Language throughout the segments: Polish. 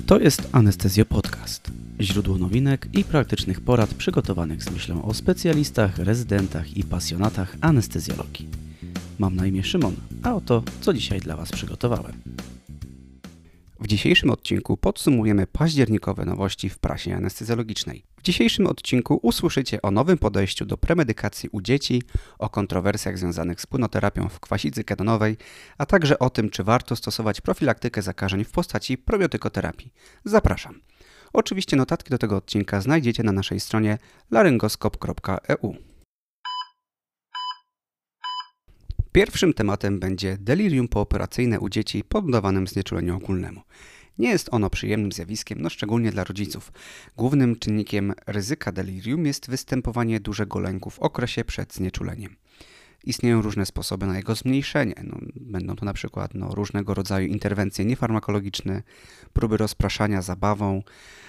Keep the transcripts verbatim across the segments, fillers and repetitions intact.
To jest Anestezjo Podcast. Źródło nowinek i praktycznych porad przygotowanych z myślą o specjalistach, rezydentach i pasjonatach anestezjologii. Mam na imię Szymon, a oto co dzisiaj dla Was przygotowałem. W dzisiejszym odcinku podsumujemy październikowe nowości w prasie anestezjologicznej. W dzisiejszym odcinku usłyszycie o nowym podejściu do premedykacji u dzieci, o kontrowersjach związanych z płynoterapią w kwasicy ketonowej, a także o tym, czy warto stosować profilaktykę zakażeń w postaci probiotykoterapii. Zapraszam. Oczywiście notatki do tego odcinka znajdziecie na naszej stronie laryngoskop kropka e u. Pierwszym tematem będzie delirium pooperacyjne u dzieci poddawanym znieczuleniu ogólnemu. Nie jest ono przyjemnym zjawiskiem, no szczególnie dla rodziców. Głównym czynnikiem ryzyka delirium jest występowanie dużego lęku w okresie przed znieczuleniem. Istnieją różne sposoby na jego zmniejszenie. No, będą to na przykład no, różnego rodzaju interwencje niefarmakologiczne, próby rozpraszania zabawą,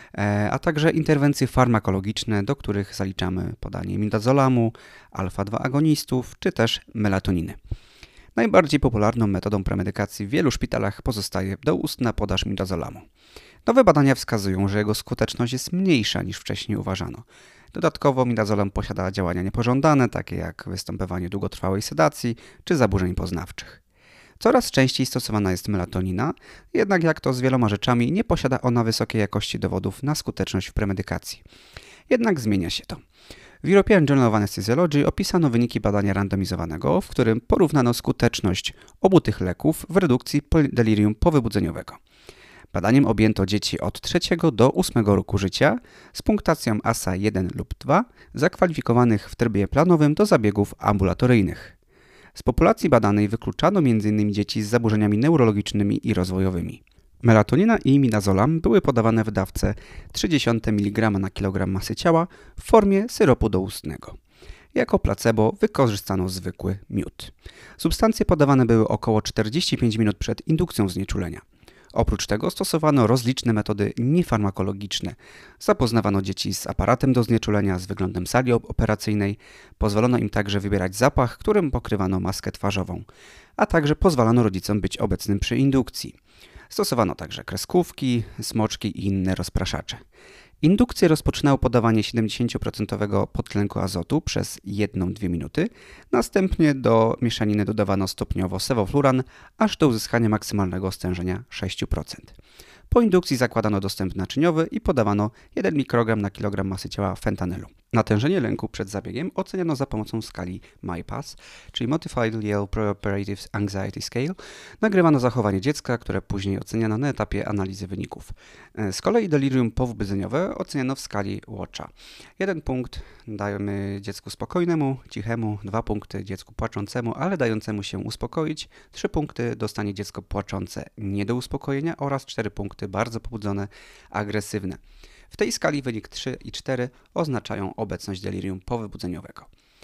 e, a także interwencje farmakologiczne, do których zaliczamy podanie midazolamu, alfa dwa agonistów czy też melatoniny. Najbardziej popularną metodą premedykacji w wielu szpitalach pozostaje doustna podaż midazolamu. Nowe badania wskazują, że jego skuteczność jest mniejsza niż wcześniej uważano. Dodatkowo midazolam posiada działania niepożądane, takie jak występowanie długotrwałej sedacji czy zaburzeń poznawczych. Coraz częściej stosowana jest melatonina, jednak jak to z wieloma rzeczami, nie posiada ona wysokiej jakości dowodów na skuteczność w premedykacji. Jednak zmienia się to. W European Journal of Anesthesiology opisano wyniki badania randomizowanego, w którym porównano skuteczność obu tych leków w redukcji delirium powybudzeniowego. Badaniem objęto dzieci od trzeciego do ósmego roku życia z punktacją A S A jeden lub dwa, zakwalifikowanych w trybie planowym do zabiegów ambulatoryjnych. Z populacji badanej wykluczano m.in. dzieci z zaburzeniami neurologicznymi i rozwojowymi. Melatonina i midazolam były podawane w dawce trzydzieści miligrama na kilogram masy ciała w formie syropu doustnego. Jako placebo wykorzystano zwykły miód. Substancje podawane były około czterdzieści pięć minut przed indukcją znieczulenia. Oprócz tego stosowano rozliczne metody niefarmakologiczne. Zapoznawano dzieci z aparatem do znieczulenia, z wyglądem sali operacyjnej, pozwolono im także wybierać zapach, którym pokrywano maskę twarzową, a także pozwalano rodzicom być obecnym przy indukcji. Stosowano także kreskówki, smoczki i inne rozpraszacze. Indukcję rozpoczynało podawanie siedemdziesiąt procent podtlenku azotu przez jedną do dwóch minuty. Następnie do mieszaniny dodawano stopniowo sewofluran, aż do uzyskania maksymalnego stężenia sześć procent. Po indukcji zakładano dostęp naczyniowy i podawano jeden mikrogram na kilogram masy ciała fentanylu. Natężenie lęku przed zabiegiem oceniano za pomocą skali MyPass, czyli Modified Yale Preoperative Anxiety Scale. Nagrywano zachowanie dziecka, które później oceniano na etapie analizy wyników. Z kolei delirium powybudzeniowe oceniano w skali Watcha. Jeden punkt dajemy dziecku spokojnemu, cichemu, dwa punkty dziecku płaczącemu, ale dającemu się uspokoić, trzy punkty dostanie dziecko płaczące nie do uspokojenia oraz cztery punkty bardzo pobudzone, agresywne. W tej skali wynik trzy i cztery oznaczają obecność delirium powybudzeniowego.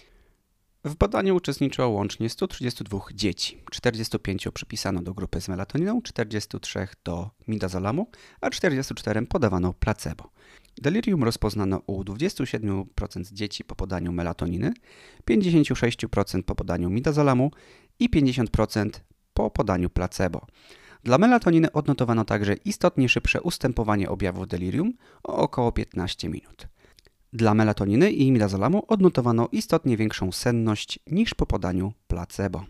W badaniu uczestniczyło łącznie sto trzydzieści dwa dzieci. czterdzieści pięć przypisano do grupy z melatoniną, czterdzieści trzy do midazolamu, a czterdzieści cztery podawano placebo. Delirium rozpoznano u dwadzieścia siedem procent dzieci po podaniu melatoniny, pięćdziesiąt sześć procent po podaniu midazolamu i pięćdziesiąt procent po podaniu placebo. Dla melatoniny odnotowano także istotnie szybsze ustępowanie objawów delirium o około piętnaście minut. Dla melatoniny i midazolamu odnotowano istotnie większą senność niż po podaniu placebo.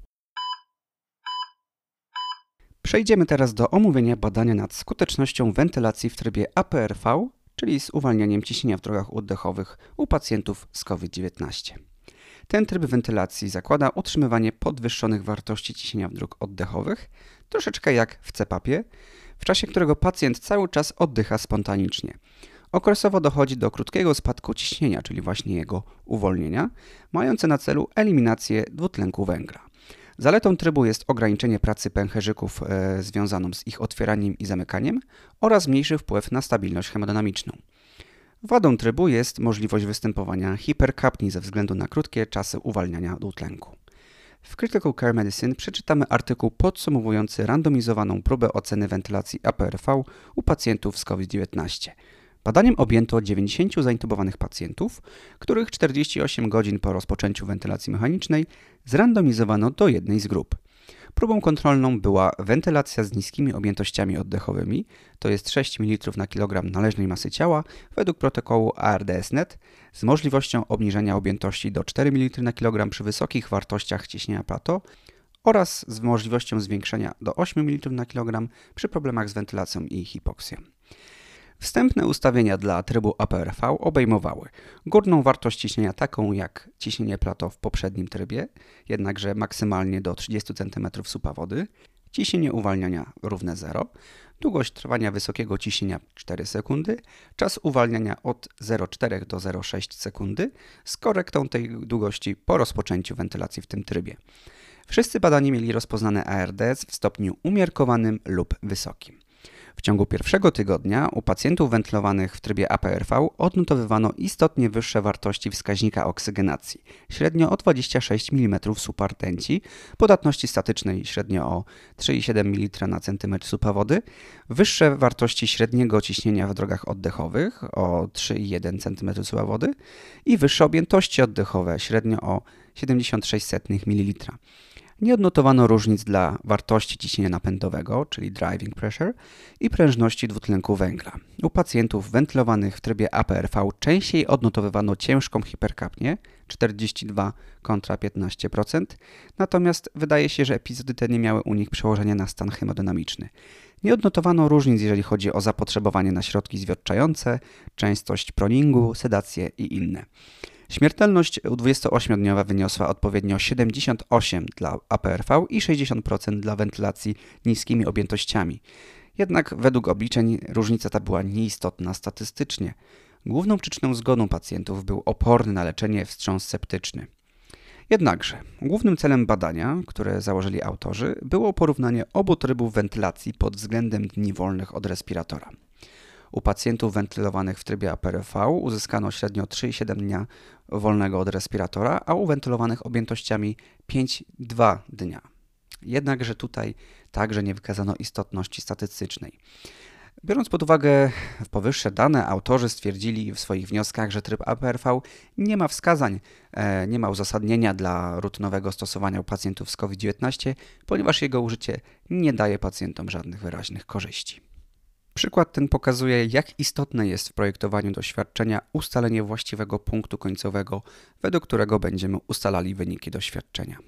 Przejdziemy teraz do omówienia badania nad skutecznością wentylacji w trybie A P R V, czyli z uwalnianiem ciśnienia w drogach oddechowych u pacjentów z COVID dziewiętnaście. Ten tryb wentylacji zakłada utrzymywanie podwyższonych wartości ciśnienia w dróg oddechowych, troszeczkę jak w C PAP-ie, w czasie którego pacjent cały czas oddycha spontanicznie. Okresowo dochodzi do krótkiego spadku ciśnienia, czyli właśnie jego uwolnienia, mające na celu eliminację dwutlenku węgla. Zaletą trybu jest ograniczenie pracy pęcherzyków e, związaną z ich otwieraniem i zamykaniem oraz mniejszy wpływ na stabilność hemodynamiczną. Wadą trybu jest możliwość występowania hiperkapni ze względu na krótkie czasy uwalniania dwutlenku. W Critical Care Medicine przeczytamy artykuł podsumowujący randomizowaną próbę oceny wentylacji A P R V u pacjentów z COVID dziewiętnaście. Badaniem objęto dziewięćdziesięciu zaintubowanych pacjentów, których czterdzieści osiem godzin po rozpoczęciu wentylacji mechanicznej zrandomizowano do jednej z grup. Próbą kontrolną była wentylacja z niskimi objętościami oddechowymi, to jest sześć mililitrów na kilogram należnej masy ciała, według protokołu A R D S N E T, z możliwością obniżenia objętości do cztery mililitry na kilogram przy wysokich wartościach ciśnienia Plateau oraz z możliwością zwiększenia do osiem mililitrów na kilogram przy problemach z wentylacją i hipoksją. Wstępne ustawienia dla trybu A P R V obejmowały górną wartość ciśnienia taką jak ciśnienie Plateau w poprzednim trybie, jednakże maksymalnie do trzydziestu centymetrów supa wody, ciśnienie uwalniania równe zero, długość trwania wysokiego ciśnienia cztery sekundy, czas uwalniania od zero przecinek cztery do zero przecinek sześć sekundy z korektą tej długości po rozpoczęciu wentylacji w tym trybie. Wszyscy badani mieli rozpoznane A R D S w stopniu umiarkowanym lub wysokim. W ciągu pierwszego tygodnia u pacjentów wentylowanych w trybie A P R V odnotowywano istotnie wyższe wartości wskaźnika oksygenacji, średnio o dwadzieścia sześć milimetrów supa rtęci, podatności statycznej średnio o trzy przecinek siedem mililitra na centymetr supa wody, wyższe wartości średniego ciśnienia w drogach oddechowych o trzy przecinek jeden centymetra supa wody i wyższe objętości oddechowe średnio o siedemdziesiąt sześć mililitra. Nie odnotowano różnic dla wartości ciśnienia napędowego, czyli driving pressure, i prężności dwutlenku węgla. U pacjentów wentylowanych w trybie A P R V częściej odnotowywano ciężką hiperkapnię, czterdzieści dwa kontra piętnaście procent, natomiast wydaje się, że epizody te nie miały u nich przełożenia na stan hemodynamiczny. Nie odnotowano różnic, jeżeli chodzi o zapotrzebowanie na środki zwierczające, częstość proningu, sedację i inne. Śmiertelność dwudziestoośmiodniowa wyniosła odpowiednio siedemdziesiąt osiem procent dla A P R V i sześćdziesiąt procent dla wentylacji niskimi objętościami. Jednak według obliczeń różnica ta była nieistotna statystycznie. Główną przyczyną zgonu pacjentów był oporny na leczenie wstrząs septyczny. Jednakże głównym celem badania, które założyli autorzy, było porównanie obu trybów wentylacji pod względem dni wolnych od respiratora. U pacjentów wentylowanych w trybie A P R V uzyskano średnio trzy przecinek siedem dnia wolnego od respiratora, a u wentylowanych objętościami pięć przecinek dwa dnia. Jednakże tutaj także nie wykazano istotności statystycznej. Biorąc pod uwagę powyższe dane, autorzy stwierdzili w swoich wnioskach, że tryb A P R V nie ma wskazań, e, nie ma uzasadnienia dla rutynowego stosowania u pacjentów z COVID dziewiętnaście, ponieważ jego użycie nie daje pacjentom żadnych wyraźnych korzyści. Przykład ten pokazuje, jak istotne jest w projektowaniu doświadczenia ustalenie właściwego punktu końcowego, według którego będziemy ustalali wyniki doświadczenia.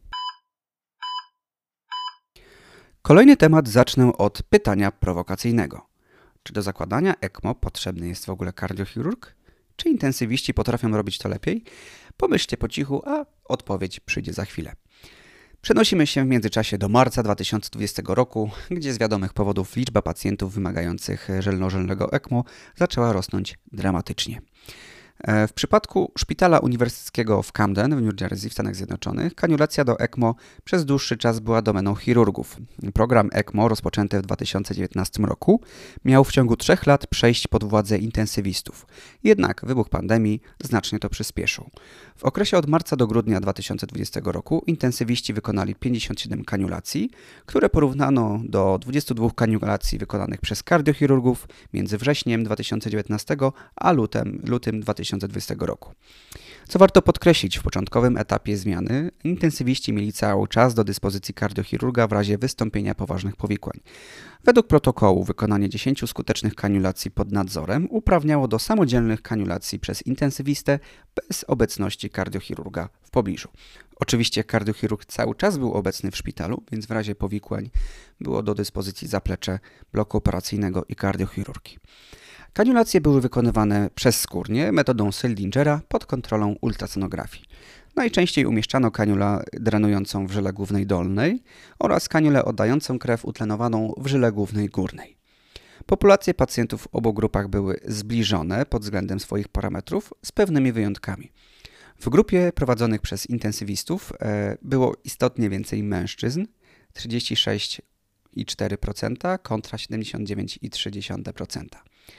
Kolejny temat zacznę od pytania prowokacyjnego. Czy do zakładania E C M O potrzebny jest w ogóle kardiochirurg? Czy intensywiści potrafią robić to lepiej? Pomyślcie po cichu, a odpowiedź przyjdzie za chwilę. Przenosimy się w międzyczasie do marca dwa tysiące dwudziestego roku, gdzie z wiadomych powodów liczba pacjentów wymagających żelnożelnego E C M O zaczęła rosnąć dramatycznie. W przypadku szpitala uniwersyteckiego w Camden w New Jersey w Stanach Zjednoczonych kaniulacja do E C M O przez dłuższy czas była domeną chirurgów. Program E C M O rozpoczęty w dwa tysiące dziewiętnastym roku miał w ciągu trzech lat przejść pod władzę intensywistów. Jednak wybuch pandemii znacznie to przyspieszył. W okresie od marca do grudnia dwa tysiące dwudziestego roku intensywiści wykonali pięćdziesiąt siedem kaniulacji, które porównano do dwudziestu dwóch kaniulacji wykonanych przez kardiochirurgów między wrześniem dwa tysiące dziewiętnastego a lutem, lutym dwa tysiące dwudziestego roku. Co warto podkreślić, w początkowym etapie zmiany intensywiści mieli cały czas do dyspozycji kardiochirurga w razie wystąpienia poważnych powikłań. Według protokołu wykonanie dziesięciu skutecznych kaniulacji pod nadzorem uprawniało do samodzielnych kaniulacji przez intensywistę bez obecności kardiochirurga w pobliżu. Oczywiście kardiochirurg cały czas był obecny w szpitalu, więc w razie powikłań było do dyspozycji zaplecze bloku operacyjnego i kardiochirurgii. Kaniulacje były wykonywane przezskórnie metodą Seldingera pod kontrolą ultrasonografii. Najczęściej umieszczano kaniulę drenującą w żyle głównej dolnej oraz kaniulę oddającą krew utlenowaną w żyle głównej górnej. Populacje pacjentów w obu grupach były zbliżone pod względem swoich parametrów z pewnymi wyjątkami. W grupie prowadzonych przez intensywistów było istotnie więcej mężczyzn, trzydzieści sześć przecinek cztery procent kontra siedemdziesiąt dziewięć przecinek trzy procent.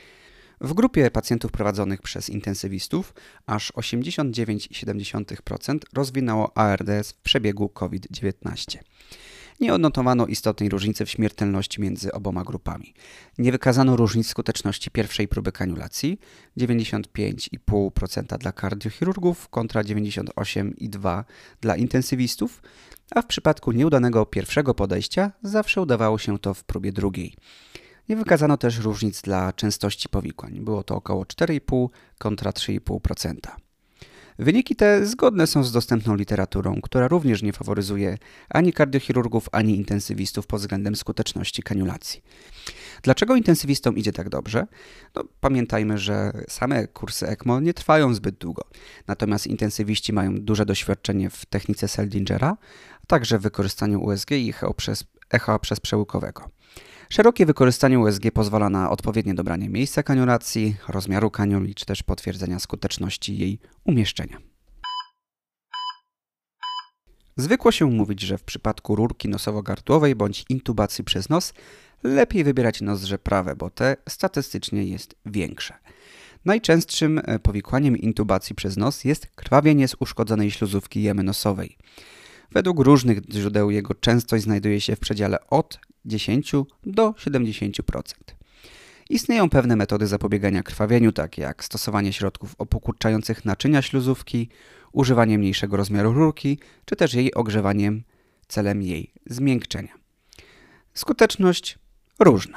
W grupie pacjentów prowadzonych przez intensywistów aż osiemdziesiąt dziewięć przecinek siedem procent rozwinęło A R D S w przebiegu COVID dziewiętnaście. Nie odnotowano istotnej różnicy w śmiertelności między oboma grupami. Nie wykazano różnic w skuteczności pierwszej próby kaniulacji dziewięćdziesiąt pięć i pół procent dla kardiochirurgów kontra dziewięćdziesiąt osiem i dwa procent dla intensywistów, a w przypadku nieudanego pierwszego podejścia zawsze udawało się to w próbie drugiej. Nie wykazano też różnic dla częstości powikłań. Było to około cztery i pół kontra trzy i pół procent. Wyniki te zgodne są z dostępną literaturą, która również nie faworyzuje ani kardiochirurgów, ani intensywistów pod względem skuteczności kaniulacji. Dlaczego intensywistom idzie tak dobrze? No, pamiętajmy, że same kursy ECMO nie trwają zbyt długo. Natomiast intensywiści mają duże doświadczenie w technice Seldingera, a także w wykorzystaniu U S G i echo, przez, echo przezprzełykowego. Szerokie wykorzystanie U S G pozwala na odpowiednie dobranie miejsca kaniulacji, rozmiaru kaniuli, czy też potwierdzenia skuteczności jej umieszczenia. Zwykło się mówić, że w przypadku rurki nosowo-gardłowej bądź intubacji przez nos lepiej wybierać nozdrze prawe, bo te statystycznie jest większe. Najczęstszym powikłaniem intubacji przez nos jest krwawienie z uszkodzonej śluzówki jamy nosowej. Według różnych źródeł jego częstość znajduje się w przedziale od dziesięciu do siedemdziesięciu procent. Istnieją pewne metody zapobiegania krwawieniu, takie jak stosowanie środków opokurczających naczynia śluzówki, używanie mniejszego rozmiaru rurki, czy też jej ogrzewaniem celem jej zmiękczenia. Skuteczność różna.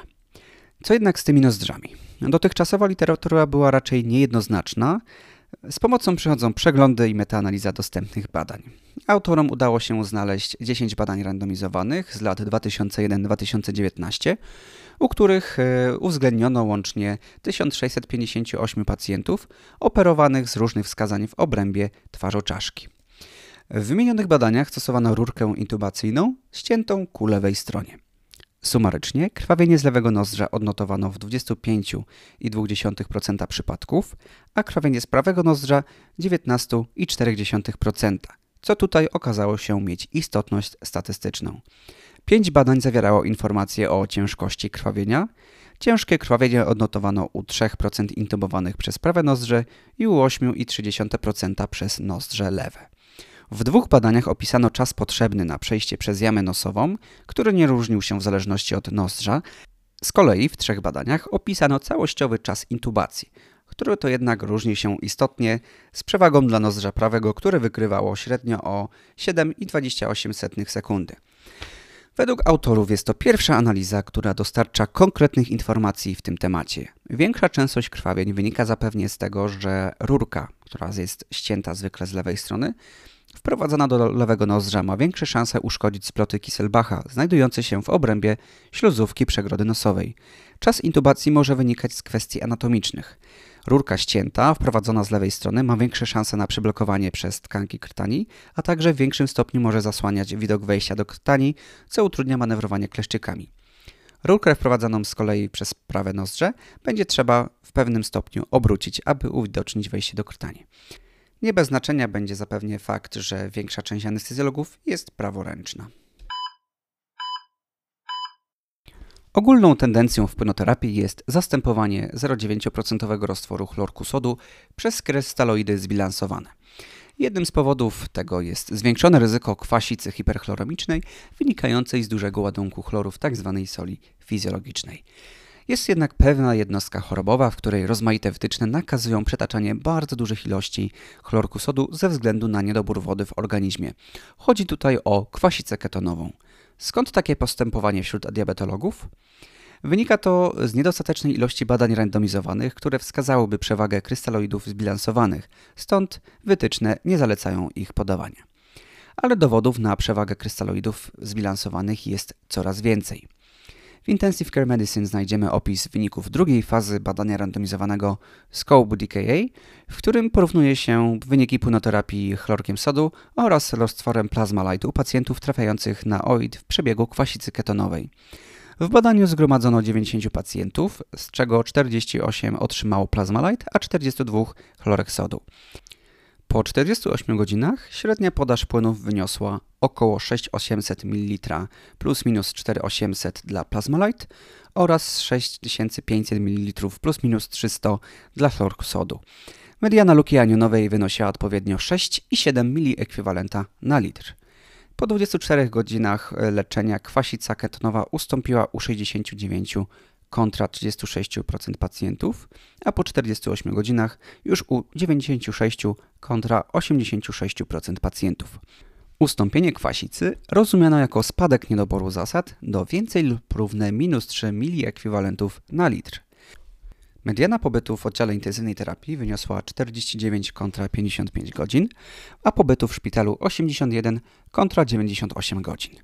Co jednak z tymi nozdrzami? Dotychczasowa literatura była raczej niejednoznaczna. Z pomocą przychodzą przeglądy i metaanaliza dostępnych badań. Autorom udało się znaleźć dziesięć badań randomizowanych z lat dwa tysiące jeden do dwa tysiące dziewiętnastego, u których uwzględniono łącznie tysiąc sześćset pięćdziesiąt osiem pacjentów operowanych z różnych wskazań w obrębie twarzoczaszki. W wymienionych badaniach stosowano rurkę intubacyjną ściętą ku lewej stronie. Sumarycznie krwawienie z lewego nozdrza odnotowano w dwudziestu pięciu i dwie dziesiąte procent przypadków, a krwawienie z prawego nozdrza dziewiętnaście i cztery dziesiąte procent, co tutaj okazało się mieć istotność statystyczną. Pięć badań zawierało informacje o ciężkości krwawienia. Ciężkie krwawienie odnotowano u trzy procent intubowanych przez prawe nozdrze i u osiem i trzy dziesiąte procent przez nozdrze lewe. W dwóch badaniach opisano czas potrzebny na przejście przez jamę nosową, który nie różnił się w zależności od nozdrza. Z kolei w trzech badaniach opisano całościowy czas intubacji, który to jednak różni się istotnie z przewagą dla nozdrza prawego, które wykrywało średnio o siedem i dwadzieścia osiem sekundy. Według autorów jest to pierwsza analiza, która dostarcza konkretnych informacji w tym temacie. Większa częstość krwawień wynika zapewne z tego, że rurka, która jest ścięta zwykle z lewej strony, wprowadzona do lewego nozdrza ma większe szanse uszkodzić sploty Kisselbacha, znajdujące się w obrębie śluzówki przegrody nosowej. Czas intubacji może wynikać z kwestii anatomicznych. Rurka ścięta, wprowadzona z lewej strony, ma większe szanse na przyblokowanie przez tkanki krtani, a także w większym stopniu może zasłaniać widok wejścia do krtani, co utrudnia manewrowanie kleszczykami. Rurkę wprowadzoną z kolei przez prawe nozdrze będzie trzeba w pewnym stopniu obrócić, aby uwidocznić wejście do krtani. Nie bez znaczenia będzie zapewne fakt, że większa część anestezjologów jest praworęczna. Ogólną tendencją w płynoterapii jest zastępowanie zero przecinek dziewięć procent roztworu chlorku sodu przez krystaloidy zbilansowane. Jednym z powodów tego jest zwiększone ryzyko kwasicy hiperchloromicznej wynikającej z dużego ładunku chloru w tzw. soli fizjologicznej. Jest jednak pewna jednostka chorobowa, w której rozmaite wytyczne nakazują przetaczanie bardzo dużych ilości chlorku sodu ze względu na niedobór wody w organizmie. Chodzi tutaj o kwasicę ketonową. Skąd takie postępowanie wśród diabetologów? Wynika to z niedostatecznej ilości badań randomizowanych, które wskazałyby przewagę krystaloidów zbilansowanych, stąd wytyczne nie zalecają ich podawania. Ale dowodów na przewagę krystaloidów zbilansowanych jest coraz więcej. W Intensive Care Medicine znajdziemy opis wyników drugiej fazy badania randomizowanego SCOPE D K A, w którym porównuje się wyniki płynoterapii chlorkiem sodu oraz roztworem Plasma-Lite u pacjentów trafiających na O I D w przebiegu kwasicy ketonowej. W badaniu zgromadzono dziewięćdziesięciu pacjentów, z czego czterdzieści osiem otrzymało Plasma-Lite, a czterdzieści dwa chlorek sodu. Po czterdziestu ośmiu godzinach średnia podaż płynów wyniosła około sześć tysięcy osiemset mililitrów plus minus cztery tysiące osiemset dla Plasma-Lite oraz sześć tysięcy pięćset mililitrów plus minus trzysta dla chlorku sodu. Mediana luki anionowej wynosiła odpowiednio sześć i siedem miliekwiwalenta na litr. Po dwudziestu czterech godzinach leczenia kwasica ketonowa ustąpiła u sześćdziesięciu dziewięciu kontra trzydziestu sześciu procent pacjentów, a po czterdziestu ośmiu godzinach już u dziewięćdziesięciu sześciu kontra osiemdziesięciu sześciu procent pacjentów. Ustąpienie kwasicy rozumiano jako spadek niedoboru zasad do więcej lub równe minus trzy miliekwiwalentów na litr. Mediana pobytu w oddziale intensywnej terapii wyniosła czterdzieści dziewięć kontra pięćdziesiąt pięć godzin, a pobytu w szpitalu osiemdziesiąt jeden kontra dziewięćdziesiąt osiem godzin.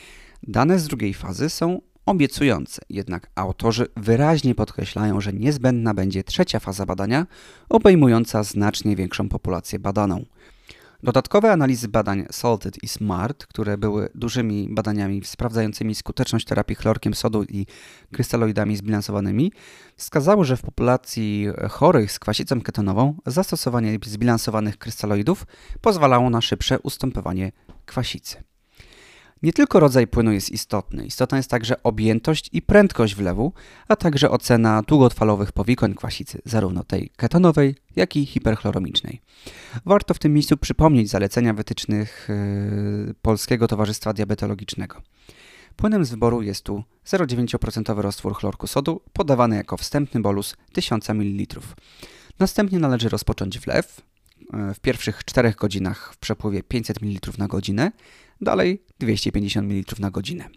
Dane z drugiej fazy są obiecujące, jednak autorzy wyraźnie podkreślają, że niezbędna będzie trzecia faza badania, obejmująca znacznie większą populację badaną. Dodatkowe analizy badań SALTED i SMART, które były dużymi badaniami sprawdzającymi skuteczność terapii chlorkiem sodu i krystaloidami zbilansowanymi, wskazały, że w populacji chorych z kwasicą ketonową zastosowanie zbilansowanych krystaloidów pozwalało na szybsze ustępowanie kwasicy. Nie tylko rodzaj płynu jest istotny, istotna jest także objętość i prędkość wlewu, a także ocena długotrwalowych powikłań kwasicy, zarówno tej ketonowej, jak i hiperchloromicznej. Warto w tym miejscu przypomnieć zalecenia wytycznych yy, Polskiego Towarzystwa Diabetologicznego. Płynem z wyboru jest tu zero przecinek dziewięć procent roztwór chlorku sodu, podawany jako wstępny bolus tysiąc mililitrów. Następnie należy rozpocząć wlew, w pierwszych czterech godzinach w przepływie pięćset mililitrów na godzinę, dalej dwieście pięćdziesiąt mililitrów na godzinę.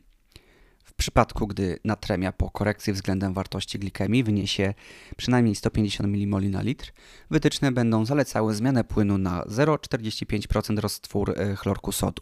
W przypadku, gdy natremia po korekcji względem wartości glikemii wyniesie przynajmniej sto pięćdziesiąt milimoli na litr, wytyczne będą zalecały zmianę płynu na zero przecinek czterdzieści pięć procent roztwór chlorku sodu.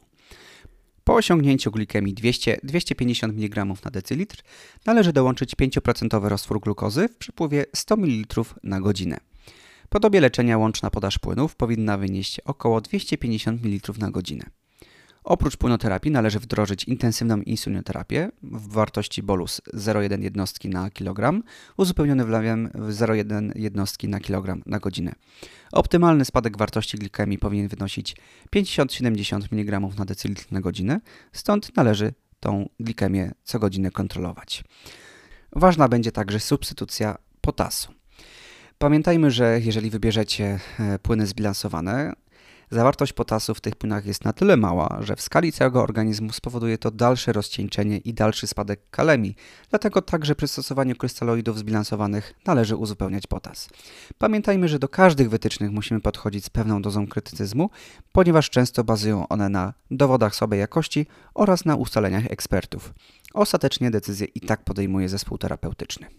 Po osiągnięciu glikemii dwieście do dwustu pięćdziesięciu miligramów na decylitr należy dołączyć pięć procent roztwór glukozy w przepływie sto mililitrów na godzinę. Po dobie leczenia łączna podaż płynów powinna wynieść około dwieście pięćdziesiąt mililitrów na godzinę. Oprócz płynoterapii należy wdrożyć intensywną insulinoterapię w wartości bolus zero przecinek jeden jednostki na kilogram, uzupełniony wlewem zero przecinek jeden jednostki na kilogram na godzinę. Optymalny spadek wartości glikemii powinien wynosić pięćdziesiąt do siedemdziesięciu miligramów na decylitr na godzinę, stąd należy tą glikemię co godzinę kontrolować. Ważna będzie także substytucja potasu. Pamiętajmy, że jeżeli wybierzecie płyny zbilansowane, zawartość potasu w tych płynach jest na tyle mała, że w skali całego organizmu spowoduje to dalsze rozcieńczenie i dalszy spadek kalemii, dlatego także przy stosowaniu krystaloidów zbilansowanych należy uzupełniać potas. Pamiętajmy, że do każdych wytycznych musimy podchodzić z pewną dozą krytycyzmu, ponieważ często bazują one na dowodach słabej jakości oraz na ustaleniach ekspertów. Ostatecznie decyzję i tak podejmuje zespół terapeutyczny.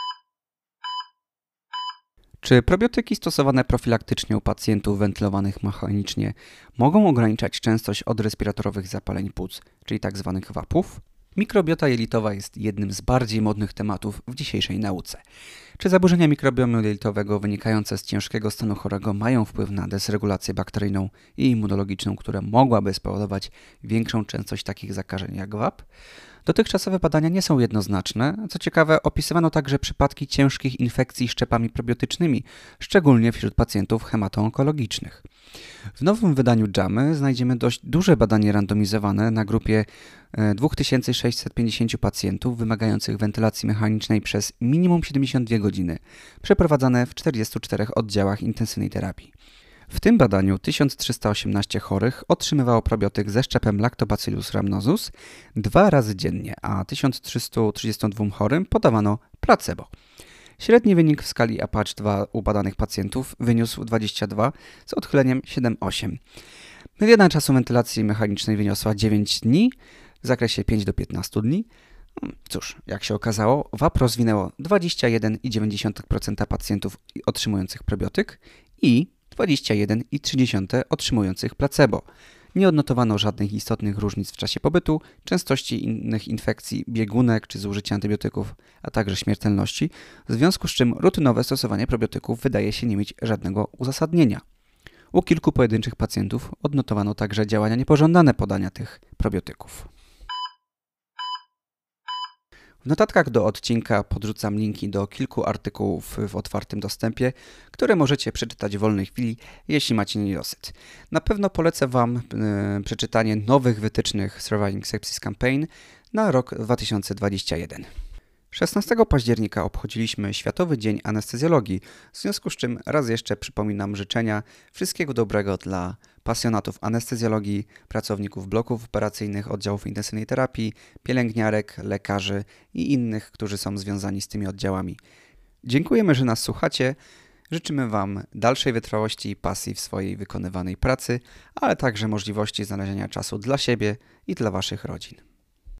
Czy probiotyki stosowane profilaktycznie u pacjentów wentylowanych mechanicznie mogą ograniczać częstość odrespiratorowych zapaleń płuc, czyli tzw. wapów? Mikrobiota jelitowa jest jednym z bardziej modnych tematów w dzisiejszej nauce. Czy zaburzenia mikrobiomu jelitowego wynikające z ciężkiego stanu chorego mają wpływ na dysregulację bakteryjną i immunologiczną, która mogłaby spowodować większą częstość takich zakażeń jak W A P? Dotychczasowe badania nie są jednoznaczne. Co ciekawe, opisywano także przypadki ciężkich infekcji szczepami probiotycznymi, szczególnie wśród pacjentów hematoonkologicznych. W nowym wydaniu JAMY znajdziemy dość duże badanie randomizowane na grupie dwa tysiące sześćset pięćdziesięciu pacjentów wymagających wentylacji mechanicznej przez minimum siedemdziesiąt dwie godziny, przeprowadzane w czterdziestu czterech oddziałach intensywnej terapii. W tym badaniu tysiąc trzysta osiemnaście chorych otrzymywało probiotyk ze szczepem Lactobacillus rhamnosus dwa razy dziennie, a tysiąc trzystu trzydziestu dwóm chorym podawano placebo. Średni wynik w skali Apache dwa u badanych pacjentów wyniósł dwadzieścia dwa z odchyleniem siedem przecinek osiem. Mediana czasu wentylacji mechanicznej wyniosła dziewięć dni, w zakresie pięć do piętnastu dni. Cóż, jak się okazało, W A P rozwinęło dwadzieścia jeden przecinek dziewięć procent pacjentów otrzymujących probiotyk i dwadzieścia jeden przecinek trzy procent otrzymujących placebo. Nie odnotowano żadnych istotnych różnic w czasie pobytu, częstości innych infekcji, biegunek czy zużycia antybiotyków, a także śmiertelności, w związku z czym rutynowe stosowanie probiotyków wydaje się nie mieć żadnego uzasadnienia. U kilku pojedynczych pacjentów odnotowano także działania niepożądane podania tych probiotyków. W notatkach do odcinka podrzucam linki do kilku artykułów w otwartym dostępie, które możecie przeczytać w wolnej chwili, jeśli macie niedosyt. Na pewno polecę Wam e, przeczytanie nowych wytycznych Surviving Sepsis Campaign na rok dwa tysiące dwudziesty pierwszy. szesnastego października obchodziliśmy Światowy Dzień Anestezjologii, w związku z czym raz jeszcze przypominam życzenia wszystkiego dobrego dla pasjonatów anestezjologii, pracowników bloków operacyjnych, oddziałów intensywnej terapii, pielęgniarek, lekarzy i innych, którzy są związani z tymi oddziałami. Dziękujemy, że nas słuchacie. Życzymy Wam dalszej wytrwałości i pasji w swojej wykonywanej pracy, ale także możliwości znalezienia czasu dla siebie i dla Waszych rodzin.